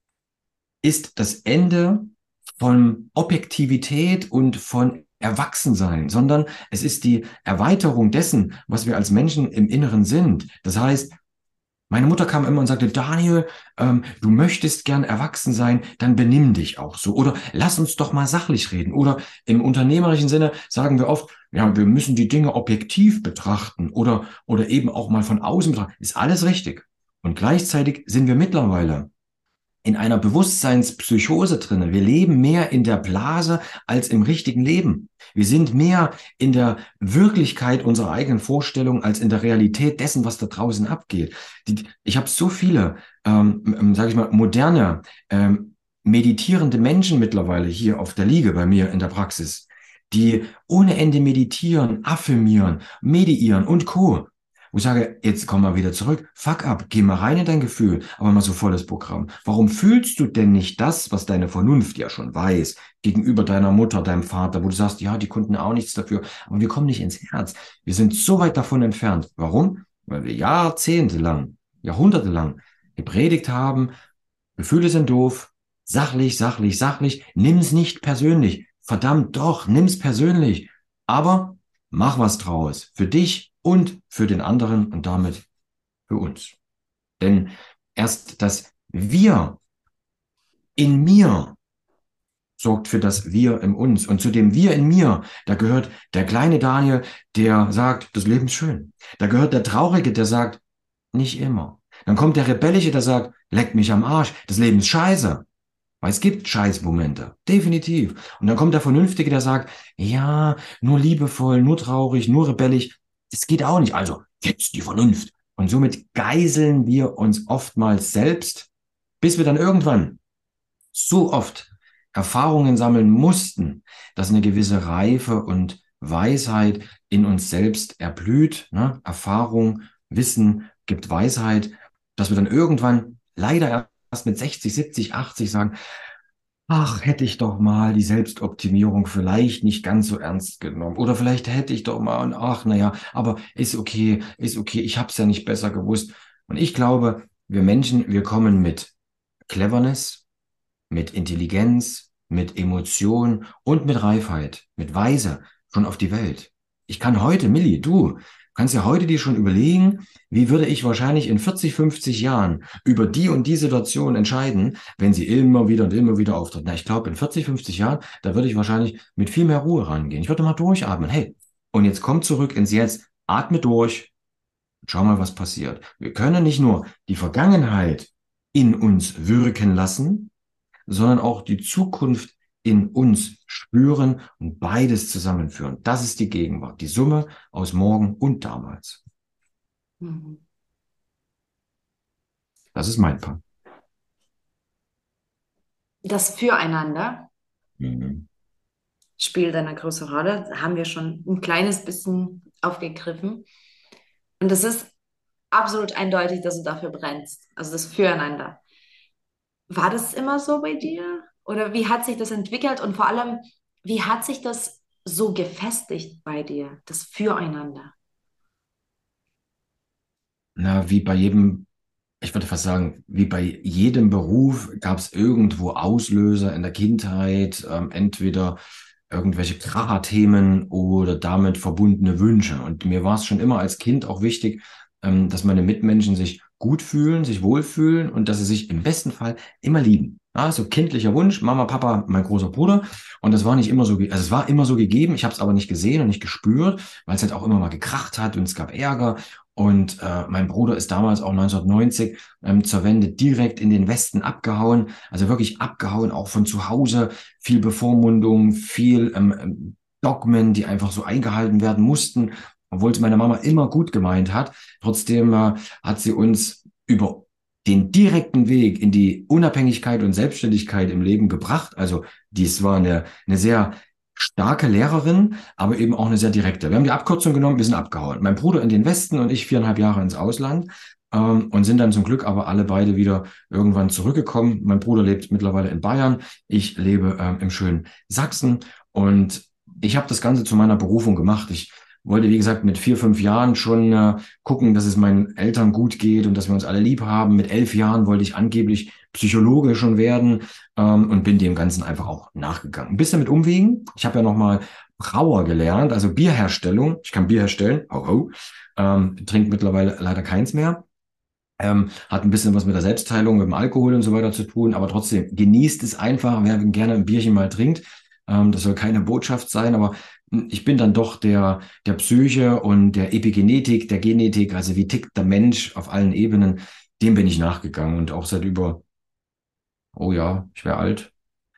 ist das Ende von Objektivität und von Erwachsensein, sondern es ist die Erweiterung dessen, was wir als Menschen im Inneren sind. Das heißt, meine Mutter kam immer und sagte, Daniel, du möchtest gern erwachsen sein, dann benimm dich auch so. Oder lass uns doch mal sachlich reden. Oder im unternehmerischen Sinne sagen wir oft, ja, wir müssen die Dinge objektiv betrachten oder eben auch mal von außen betrachten. Ist alles richtig. Und gleichzeitig sind wir mittlerweile in einer Bewusstseinspsychose drinne. Wir leben mehr in der Blase als im richtigen Leben. Wir sind mehr in der Wirklichkeit unserer eigenen Vorstellung als in der Realität dessen, was da draußen abgeht. Ich habe so viele, sage ich mal, moderne, meditierende Menschen mittlerweile hier auf der Liege bei mir in der Praxis, die ohne Ende meditieren, affirmieren, mediieren und Co. Wo ich sage, jetzt komm mal wieder zurück, fuck up, geh mal rein in dein Gefühl, aber mal so volles Programm. Warum fühlst du denn nicht das, was deine Vernunft ja schon weiß, gegenüber deiner Mutter, deinem Vater, wo du sagst, ja, die konnten auch nichts dafür, aber wir kommen nicht ins Herz. Wir sind so weit davon entfernt. Warum? Weil wir jahrzehntelang, jahrhundertelang gepredigt haben, Gefühle sind doof, sachlich, sachlich, sachlich, nimm's nicht persönlich. Verdammt doch, nimm's persönlich. Aber mach was draus. Für dich und für den anderen und damit für uns. Denn erst das Wir in mir sorgt für das Wir in uns. Und zu dem Wir in mir, da gehört der kleine Daniel, der sagt, das Leben ist schön. Da gehört der Traurige, der sagt, nicht immer. Dann kommt der Rebellische, der sagt, leck mich am Arsch, das Leben ist scheiße. Weil es gibt Scheißmomente, definitiv. Und dann kommt der Vernünftige, der sagt, ja, nur liebevoll, nur traurig, nur rebellisch. Das geht auch nicht. Also, jetzt die Vernunft. Und somit geiseln wir uns oftmals selbst, bis wir dann irgendwann so oft Erfahrungen sammeln mussten, dass eine gewisse Reife und Weisheit in uns selbst erblüht. Ne? Erfahrung, Wissen gibt Weisheit, dass wir dann irgendwann leider erst mit 60, 70, 80 sagen, ach, hätte ich doch mal die Selbstoptimierung vielleicht nicht ganz so ernst genommen. Oder vielleicht hätte ich doch mal, und ach, naja, aber ist okay, ich habe es ja nicht besser gewusst. Und ich glaube, wir Menschen, wir kommen mit Cleverness, mit Intelligenz, mit Emotion und mit Reifheit, mit Weise schon auf die Welt. Ich kann heute, Milli, du kannst ja heute dir schon überlegen, wie würde ich wahrscheinlich in 40, 50 Jahren über die und die Situation entscheiden, wenn sie immer wieder und immer wieder auftritt. Na, ich glaube, in 40, 50 Jahren, da würde ich wahrscheinlich mit viel mehr Ruhe rangehen. Ich würde mal durchatmen. Hey, und jetzt komm zurück ins Jetzt, atme durch und schau mal, was passiert. Wir können nicht nur die Vergangenheit in uns wirken lassen, sondern auch die Zukunft in uns spüren und beides zusammenführen. Das ist die Gegenwart, die Summe aus morgen und damals. Mhm. Das ist mein Part. Das Füreinander Mhm. spielt eine große Rolle. Da haben wir schon ein kleines bisschen aufgegriffen. Und es ist absolut eindeutig, dass du dafür brennst. Also das Füreinander. War das immer so bei dir? Oder wie hat sich das entwickelt? Und vor allem, wie hat sich das so gefestigt bei dir, das Füreinander? Na, wie bei jedem, ich würde fast sagen, wie bei jedem Beruf gab es irgendwo Auslöser in der Kindheit, entweder irgendwelche Kracherthemen oder damit verbundene Wünsche. Und mir war es schon immer als Kind auch wichtig, dass meine Mitmenschen sich gut fühlen, sich wohlfühlen und dass sie sich im besten Fall immer lieben. Ja, so kindlicher Wunsch, Mama, Papa, mein großer Bruder. Und das war nicht immer so, also es war immer so gegeben, ich habe es aber nicht gesehen und nicht gespürt, weil es halt auch immer mal gekracht hat und es gab Ärger. Und mein Bruder ist damals auch 1990 zur Wende direkt in den Westen abgehauen, also wirklich abgehauen, auch von zu Hause, viel Bevormundung, viel Dogmen, die einfach so eingehalten werden mussten, obwohl es meine Mama immer gut gemeint hat. Trotzdem hat sie uns über den direkten Weg in die Unabhängigkeit und Selbstständigkeit im Leben gebracht. Also dies war eine sehr starke Lehrerin, aber eben auch eine sehr direkte. Wir haben die Abkürzung genommen, wir sind abgehauen. Mein Bruder in den Westen und ich 4,5 Jahre ins Ausland und sind dann zum Glück aber alle beide wieder irgendwann zurückgekommen. Mein Bruder lebt mittlerweile in Bayern, ich lebe im schönen Sachsen und ich habe das Ganze zu meiner Berufung gemacht. Ich wollte, wie gesagt, mit 4, 5 Jahren schon gucken, dass es meinen Eltern gut geht und dass wir uns alle lieb haben. Mit 11 Jahren wollte ich angeblich Psychologe schon werden und bin dem Ganzen einfach auch nachgegangen. Ein bisschen mit Umwegen. Ich habe ja nochmal Brauer gelernt, also Bierherstellung. Ich kann Bier herstellen. Ho, ho. Trinke mittlerweile leider keins mehr. Hat ein bisschen was mit der Selbstheilung, mit dem Alkohol und so weiter zu tun, aber trotzdem genießt es einfach, wer gerne ein Bierchen mal trinkt. Das soll keine Botschaft sein, aber ich bin dann doch der Psyche und der Epigenetik, der Genetik, also wie tickt der Mensch auf allen Ebenen, dem bin ich nachgegangen und auch oh ja, ich wäre alt,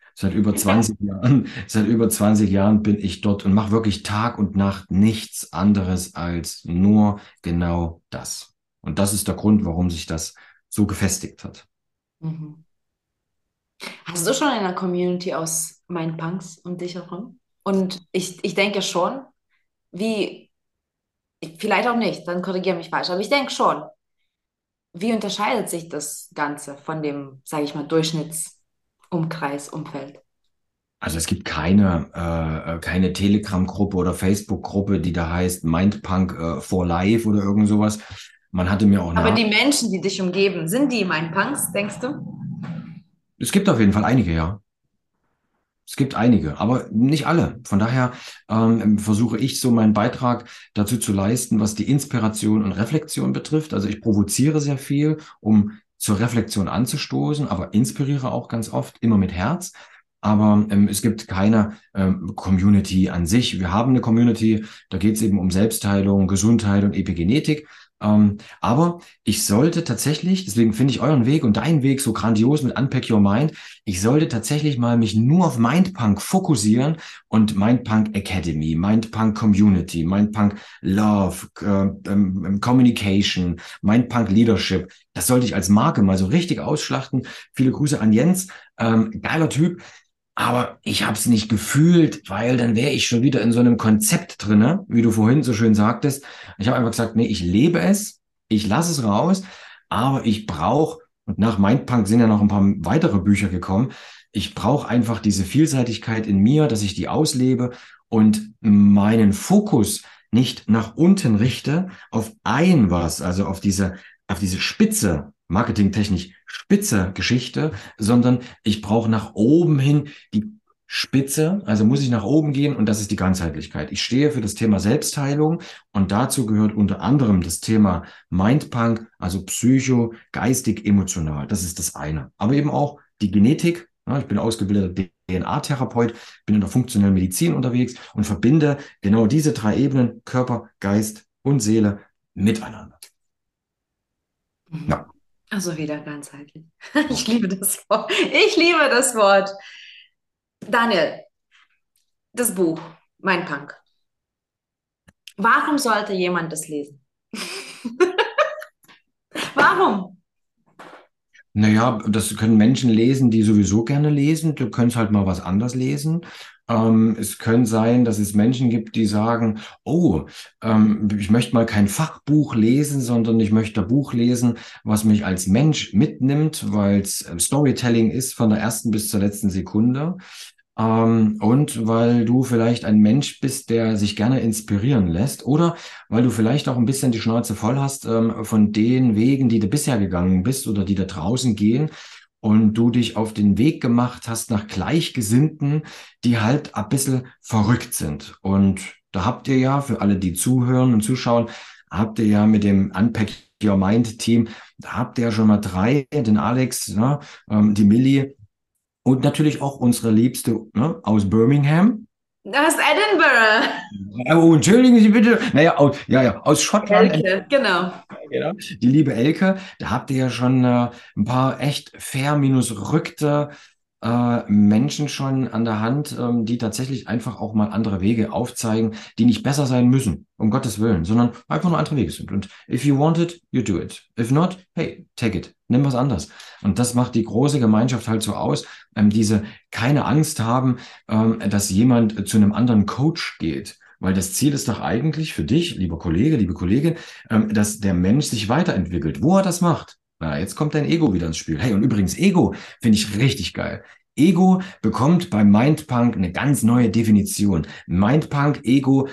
seit über 20 Jahren bin ich dort und mache wirklich Tag und Nacht nichts anderes als nur genau das. Und das ist der Grund, warum sich das so gefestigt hat. Mhm. Hast du schon eine Community aus Mindpunks um dich herum? Und ich denke schon, wie, vielleicht auch nicht, dann korrigiere mich falsch, aber ich denke schon, wie unterscheidet sich das Ganze von dem, sage ich mal, Durchschnittsumkreis, Umfeld? Also es gibt keine Telegram-Gruppe oder Facebook-Gruppe, die da heißt Mindpunk for Life oder irgend sowas. Man hatte mir auch Aber nach. die Menschen, die dich umgeben, sind die Mindpunks, denkst du? Es gibt auf jeden Fall einige, ja. Es gibt einige, aber nicht alle. Von daher versuche ich so meinen Beitrag dazu zu leisten, was die Inspiration und Reflexion betrifft. Also ich provoziere sehr viel, um zur Reflexion anzustoßen, aber inspiriere auch ganz oft, immer mit Herz. Aber es gibt keine Community an sich. Wir haben eine Community, da geht es eben um Selbstheilung, Gesundheit und Epigenetik. Aber ich sollte tatsächlich, deswegen finde ich euren Weg und deinen Weg so grandios mit Unpack Your Mind, ich sollte tatsächlich mal mich nur auf Mindpunk fokussieren und Mindpunk Academy, Mindpunk Community, Mindpunk Love, Communication, Mindpunk Leadership. Das sollte ich als Marke mal so richtig ausschlachten. Viele Grüße an Jens. Geiler Typ. Aber ich habe es nicht gefühlt, weil dann wäre ich schon wieder in so einem Konzept drinne, wie du vorhin so schön sagtest. Ich habe einfach gesagt, nee, ich lebe es, ich lasse es raus, aber ich brauche, und nach Mindpunk sind ja noch ein paar weitere Bücher gekommen, ich brauche einfach diese Vielseitigkeit in mir, dass ich die auslebe und meinen Fokus nicht nach unten richte auf ein was, also auf diese Spitze marketingtechnisch spitze Geschichte, sondern ich brauche nach oben hin die Spitze, also muss ich nach oben gehen und das ist die Ganzheitlichkeit. Ich stehe für das Thema Selbstheilung und dazu gehört unter anderem das Thema Mindpunk, also psycho, geistig, emotional. Das ist das eine. Aber eben auch die Genetik. Ja, ich bin ausgebildeter DNA-Therapeut, bin in der funktionellen Medizin unterwegs und verbinde genau diese drei Ebenen, Körper, Geist und Seele, miteinander. Ja. Also wieder ganzheitlich. Ich liebe das Wort. Ich liebe das Wort. Daniel, das Buch, Mein Punk. Warum sollte jemand das lesen? Warum? Naja, das können Menschen lesen, die sowieso gerne lesen. Du könntest halt mal was anderes lesen. Es könnte sein, dass es Menschen gibt, die sagen, oh, ich möchte mal kein Fachbuch lesen, sondern ich möchte ein Buch lesen, was mich als Mensch mitnimmt, weil es Storytelling ist von der ersten bis zur letzten Sekunde. Und weil du vielleicht ein Mensch bist, der sich gerne inspirieren lässt oder weil du vielleicht auch ein bisschen die Schnauze voll hast von den Wegen, die du bisher gegangen bist oder die da draußen gehen und du dich auf den Weg gemacht hast nach Gleichgesinnten, die halt ein bisschen verrückt sind. Und da habt ihr ja, für alle, die zuhören und zuschauen, habt ihr ja mit dem Unpack Your Mind Team, da habt ihr ja schon mal drei, den Alex, ne, die Millie, und natürlich auch unsere Liebste, ne, aus Birmingham. Aus Edinburgh. Oh, entschuldigen Sie bitte. Naja, aus Schottland. Elke, genau. Genau. Die liebe Elke, da habt ihr ja schon ein paar echt fair minus rückte Menschen schon an der Hand, die tatsächlich einfach auch mal andere Wege aufzeigen, die nicht besser sein müssen, um Gottes Willen, sondern einfach nur andere Wege sind. Und if you want it, you do it. If not, hey, take it. Nimm was anderes. Und das macht die große Gemeinschaft halt so aus, diese keine Angst haben, dass jemand zu einem anderen Coach geht. Weil das Ziel ist doch eigentlich für dich, lieber Kollege, liebe Kollegin, dass der Mensch sich weiterentwickelt. Wo er das macht, na, jetzt kommt dein Ego wieder ins Spiel. Hey, und übrigens, Ego finde ich richtig geil. Ego bekommt beim Mindpunk eine ganz neue Definition. Mindpunk, Ego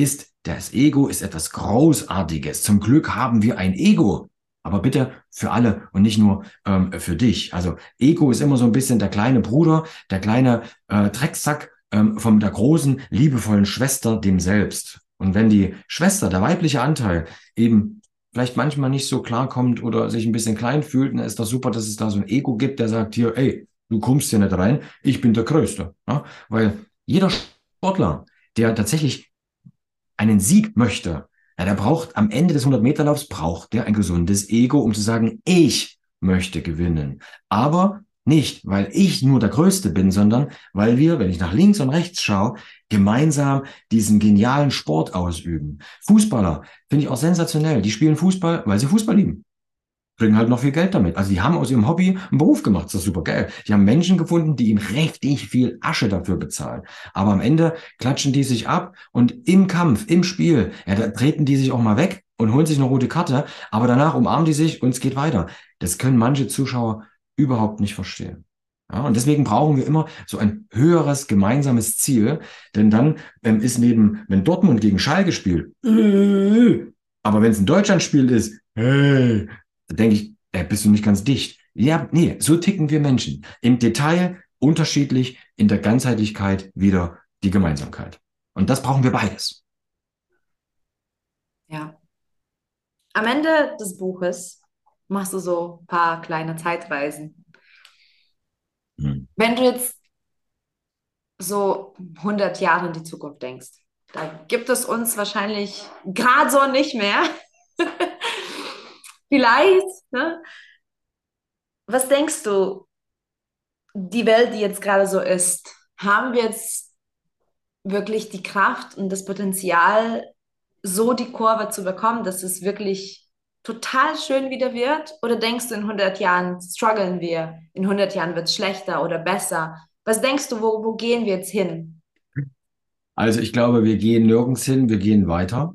das Ego ist etwas Großartiges. Zum Glück haben wir ein Ego. Aber bitte für alle und nicht nur für dich. Also Ego ist immer so ein bisschen der kleine Bruder, der kleine Drecksack von der großen, liebevollen Schwester, dem Selbst. Und wenn die Schwester, der weibliche Anteil, eben vielleicht manchmal nicht so klarkommt oder sich ein bisschen klein fühlt, dann ist das super, dass es da so ein Ego gibt, der sagt hier, ey, du kommst hier nicht rein, ich bin der Größte. Ja? Weil jeder Sportler, der tatsächlich einen Sieg möchte, ja, der braucht am Ende des 100-Meter-Laufs braucht der ein gesundes Ego, um zu sagen, ich möchte gewinnen. Aber nicht, weil ich nur der Größte bin, sondern weil wir, wenn ich nach links und rechts schaue, gemeinsam diesen genialen Sport ausüben. Fußballer finde ich auch sensationell. Die spielen Fußball, weil sie Fußball lieben. Kriegen halt noch viel Geld damit. Also die haben aus ihrem Hobby einen Beruf gemacht. Das ist super geil. Die haben Menschen gefunden, die ihnen richtig viel Asche dafür bezahlen. Aber am Ende klatschen die sich ab und im Kampf, im Spiel, ja, da treten die sich auch mal weg und holen sich eine rote Karte. Aber danach umarmen die sich und es geht weiter. Das können manche Zuschauer überhaupt nicht verstehen. Ja, und deswegen brauchen wir immer so ein höheres gemeinsames Ziel. Denn dann ist wenn Dortmund gegen Schalke spielt, aber wenn es ein Deutschlandspiel ist, hey, da denke ich, bist du nicht ganz dicht. Ja, nee, so ticken wir Menschen. Im Detail unterschiedlich, in der Ganzheitlichkeit wieder die Gemeinsamkeit. Und das brauchen wir beides. Ja. Am Ende des Buches machst du so ein paar kleine Zeitreisen. Hm. Wenn du jetzt so 100 Jahre in die Zukunft denkst, da gibt es uns wahrscheinlich gerade so nicht mehr. Vielleicht, ne? Was denkst du, die Welt, die jetzt gerade so ist, haben wir jetzt wirklich die Kraft und das Potenzial, so die Kurve zu bekommen, dass es wirklich total schön wieder wird? Oder denkst du, in 100 Jahren strugglen wir, in 100 Jahren wird es schlechter oder besser? Was denkst du, wo gehen wir jetzt hin? Also ich glaube, wir gehen nirgends hin, wir gehen weiter.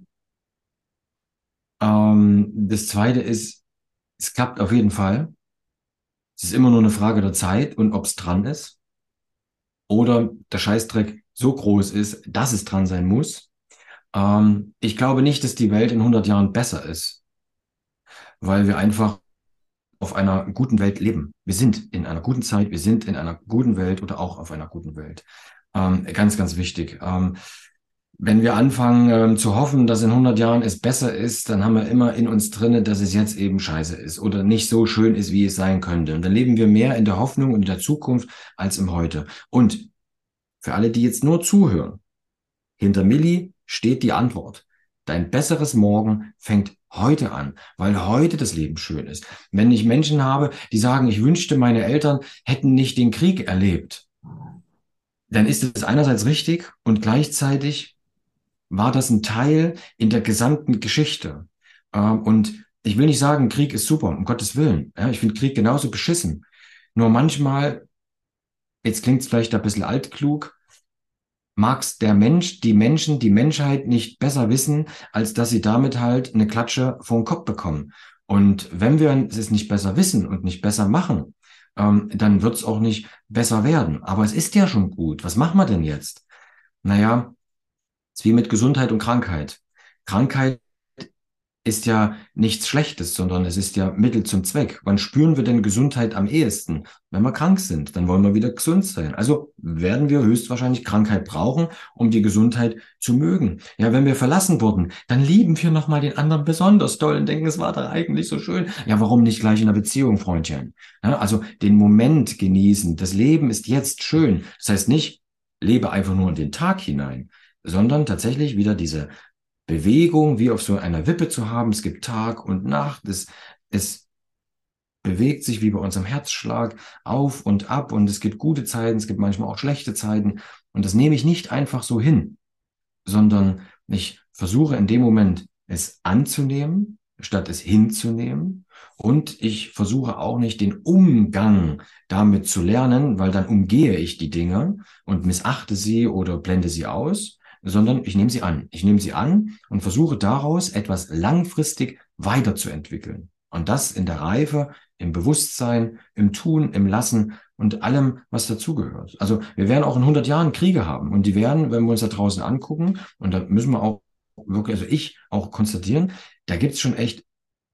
Das Zweite ist, es klappt auf jeden Fall. Es ist immer nur eine Frage der Zeit und ob es dran ist. Oder der Scheißdreck so groß ist, dass es dran sein muss. Ich glaube nicht, dass die Welt in 100 Jahren besser ist, weil wir einfach auf einer guten Welt leben. Wir sind in einer guten Zeit, wir sind in einer guten Welt oder auch auf einer guten Welt. Ganz, ganz wichtig. Wenn wir anfangen zu hoffen, dass in 100 Jahren es besser ist, dann haben wir immer in uns drinne, dass es jetzt eben scheiße ist oder nicht so schön ist, wie es sein könnte. Und dann leben wir mehr in der Hoffnung und in der Zukunft als im Heute. Und für alle, die jetzt nur zuhören, hinter Milli steht die Antwort. Dein besseres Morgen fängt heute an, weil heute das Leben schön ist. Wenn ich Menschen habe, die sagen, ich wünschte, meine Eltern hätten nicht den Krieg erlebt, dann ist es einerseits richtig und gleichzeitig war das ein Teil in der gesamten Geschichte. Und ich will nicht sagen, Krieg ist super, um Gottes Willen. Ja, ich finde Krieg genauso beschissen. Nur manchmal, jetzt klingt es vielleicht ein bisschen altklug, mag's der Mensch, die Menschen, die Menschheit nicht besser wissen, als dass sie damit halt eine Klatsche vor den Kopf bekommen. Und wenn wir es nicht besser wissen und nicht besser machen, dann wird's auch nicht besser werden. Aber es ist ja schon gut. Was machen wir denn jetzt? Naja, es ist wie mit Gesundheit und Krankheit. Krankheit ist ja nichts Schlechtes, sondern es ist ja Mittel zum Zweck. Wann spüren wir denn Gesundheit am ehesten? Wenn wir krank sind, dann wollen wir wieder gesund sein. Also werden wir höchstwahrscheinlich Krankheit brauchen, um die Gesundheit zu mögen. Ja, wenn wir verlassen wurden, dann lieben wir nochmal den anderen besonders doll und denken, es war doch eigentlich so schön. Ja, warum nicht gleich in einer Beziehung, Freundchen? Ja, also den Moment genießen. Das Leben ist jetzt schön. Das heißt nicht, lebe einfach nur in den Tag hinein, sondern tatsächlich wieder diese Bewegung wie auf so einer Wippe zu haben. Es gibt Tag und Nacht. Es bewegt sich wie bei unserem Herzschlag auf und ab und es gibt gute Zeiten, es gibt manchmal auch schlechte Zeiten. Und das nehme ich nicht einfach so hin, sondern ich versuche in dem Moment es anzunehmen, statt es hinzunehmen. Und ich versuche auch nicht den Umgang damit zu lernen, weil dann umgehe ich die Dinge und missachte sie oder blende sie aus, sondern ich nehme sie an. Ich nehme sie an und versuche daraus etwas langfristig weiterzuentwickeln. Und das in der Reife, im Bewusstsein, im Tun, im Lassen und allem, was dazugehört. Also wir werden auch in 100 Jahren Kriege haben und die werden, wenn wir uns da draußen angucken, und da müssen wir auch wirklich, also ich auch konstatieren, da gibt's schon echt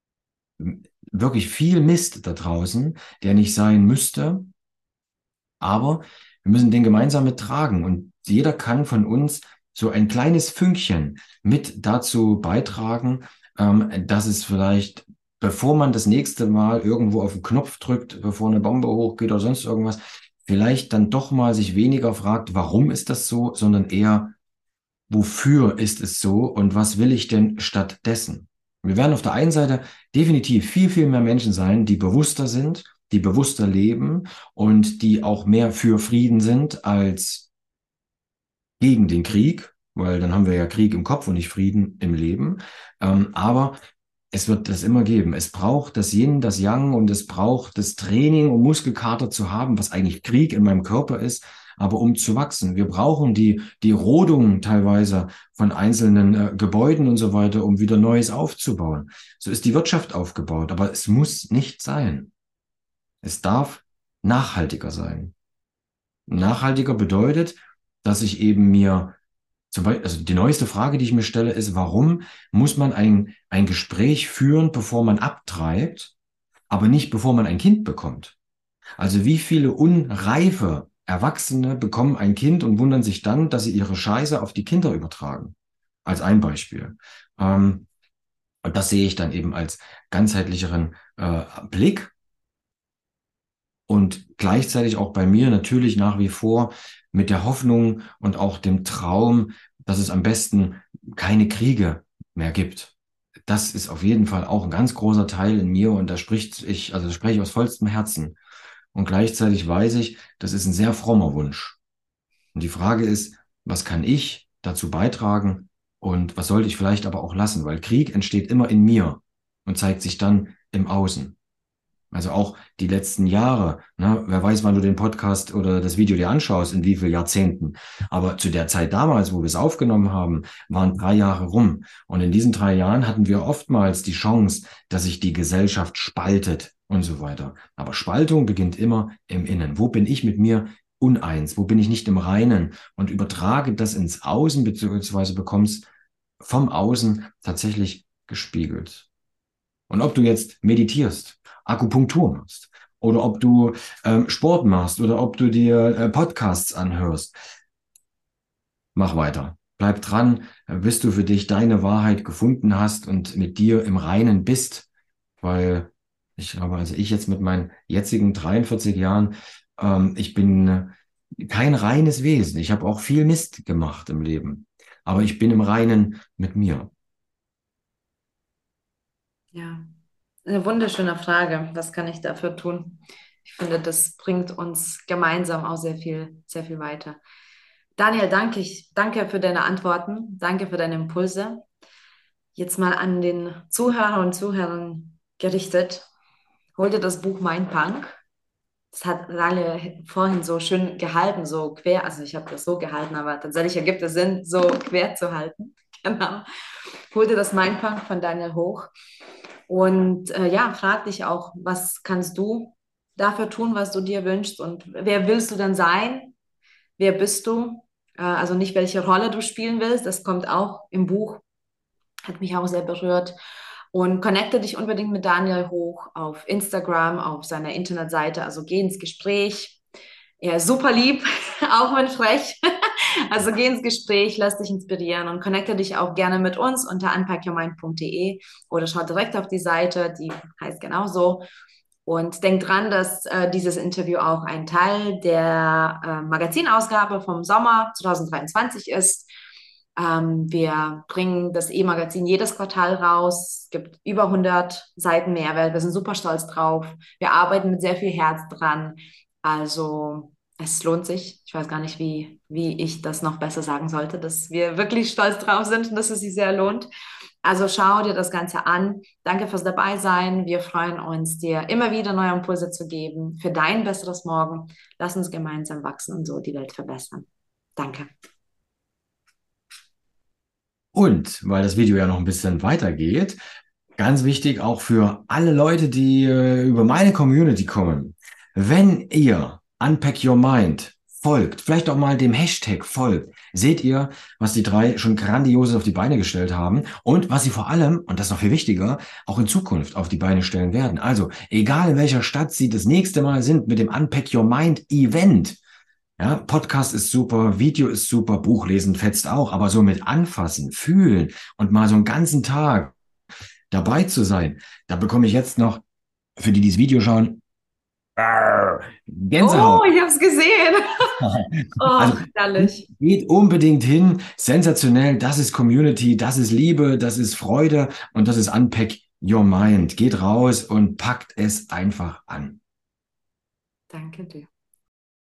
wirklich viel Mist da draußen, der nicht sein müsste, aber wir müssen den gemeinsam mittragen und jeder kann von uns so ein kleines Fünkchen mit dazu beitragen, dass es vielleicht, bevor man das nächste Mal irgendwo auf den Knopf drückt, bevor eine Bombe hochgeht oder sonst irgendwas, vielleicht dann doch mal sich weniger fragt, warum ist das so, sondern eher, wofür ist es so und was will ich denn stattdessen? Wir werden auf der einen Seite definitiv viel, viel mehr Menschen sein, die bewusster sind, die bewusster leben und die auch mehr für Frieden sind als gegen den Krieg, weil dann haben wir ja Krieg im Kopf und nicht Frieden im Leben. Aber es wird das immer geben. Es braucht das Yin, das Yang und es braucht das Training, um Muskelkater zu haben, was eigentlich Krieg in meinem Körper ist, aber um zu wachsen. Wir brauchen die Rodung teilweise von einzelnen Gebäuden und so weiter, um wieder Neues aufzubauen. So ist die Wirtschaft aufgebaut, aber es muss nicht sein. Es darf nachhaltiger sein. Nachhaltiger bedeutet, dass ich eben mir zum Beispiel, also die neueste Frage, die ich mir stelle, ist, warum muss man ein Gespräch führen, bevor man abtreibt, aber nicht bevor man ein Kind bekommt? Also wie viele unreife Erwachsene bekommen ein Kind und wundern sich dann, dass sie ihre Scheiße auf die Kinder übertragen? Als ein Beispiel. Und das sehe ich dann eben als ganzheitlicheren Blick. Und gleichzeitig auch bei mir natürlich nach wie vor mit der Hoffnung und auch dem Traum, dass es am besten keine Kriege mehr gibt. Das ist auf jeden Fall auch ein ganz großer Teil in mir und da spreche ich aus vollstem Herzen. Und gleichzeitig weiß ich, das ist ein sehr frommer Wunsch. Und die Frage ist, was kann ich dazu beitragen und was sollte ich vielleicht aber auch lassen? Weil Krieg entsteht immer in mir und zeigt sich dann im Außen. Also auch die letzten Jahre, ne? Wer weiß, wann du den Podcast oder das Video dir anschaust, in wie vielen Jahrzehnten. Aber zu der Zeit damals, wo wir es aufgenommen haben, waren 3 Jahre rum. Und in diesen 3 Jahren hatten wir oftmals die Chance, dass sich die Gesellschaft spaltet und so weiter. Aber Spaltung beginnt immer im Innen. Wo bin ich mit mir uneins? Wo bin ich nicht im Reinen? Und übertrage das ins Außen, beziehungsweise bekommst vom Außen tatsächlich gespiegelt. Und ob du jetzt meditierst, Akupunktur machst oder ob du Sport machst oder ob du dir Podcasts anhörst. Mach weiter. Bleib dran, bis du für dich deine Wahrheit gefunden hast und mit dir im Reinen bist. Weil ich glaube, also ich jetzt mit meinen jetzigen 43 Jahren, ich bin kein reines Wesen. Ich habe auch viel Mist gemacht im Leben. Aber ich bin im Reinen mit mir. Ja, eine wunderschöne Frage. Was kann ich dafür tun? Ich finde, das bringt uns gemeinsam auch sehr viel weiter. Daniel, danke für deine Antworten, danke für deine Impulse. Jetzt mal an den Zuhörer und Zuhörern gerichtet. Hol dir das Buch Mein Punk. Das hat Daniel vorhin so schön gehalten, so quer. Also ich habe das so gehalten, aber tatsächlich ergibt es Sinn, so quer zu halten. Genau. Hol dir das Mein Punk von Daniel hoch. Und ja, frag dich auch, was kannst du dafür tun, was du dir wünschst und wer willst du denn sein? Wer bist du? Also nicht, welche Rolle du spielen willst, das kommt auch im Buch, hat mich auch sehr berührt. Und connecte dich unbedingt mit Daniel hoch auf Instagram, auf seiner Internetseite, also geh ins Gespräch. Er ist super lieb, auch wenn frech. Also geh ins Gespräch, lass dich inspirieren und connecte dich auch gerne mit uns unter unpackyourmind.de oder schau direkt auf die Seite, die heißt genauso. Und denk dran, dass dieses Interview auch ein Teil der Magazinausgabe vom Sommer 2023 ist. Wir bringen das E-Magazin jedes Quartal raus. Es gibt über 100 Seiten Mehrwert. Wir sind super stolz drauf. Wir arbeiten mit sehr viel Herz dran. Also es lohnt sich. Ich weiß gar nicht, wie ich das noch besser sagen sollte, dass wir wirklich stolz drauf sind und dass es sich sehr lohnt. Also schau dir das Ganze an. Danke fürs Dabeisein. Wir freuen uns, dir immer wieder neue Impulse zu geben für dein besseres Morgen. Lass uns gemeinsam wachsen und so die Welt verbessern. Danke. Und weil das Video ja noch ein bisschen weitergeht, ganz wichtig auch für alle Leute, die über meine Community kommen. Wenn ihr Unpack Your Mind folgt, vielleicht auch mal dem Hashtag folgt, seht ihr, was die drei schon Grandioses auf die Beine gestellt haben und was sie vor allem, und das ist noch viel wichtiger, auch in Zukunft auf die Beine stellen werden. Also, egal in welcher Stadt sie das nächste Mal sind mit dem Unpack Your Mind Event, ja, Podcast ist super, Video ist super, Buch lesen fetzt auch, aber so mit anfassen, fühlen und mal so einen ganzen Tag dabei zu sein, da bekomme ich jetzt noch, für die, die das Video schauen, Oh, Gänsehaut. ich habe es gesehen. Oh, Also herrlich. geht unbedingt hin, sensationell, das ist Community, das ist Liebe, das ist Freude und das ist Unpack Your Mind. Geht raus und packt es einfach an. Danke dir.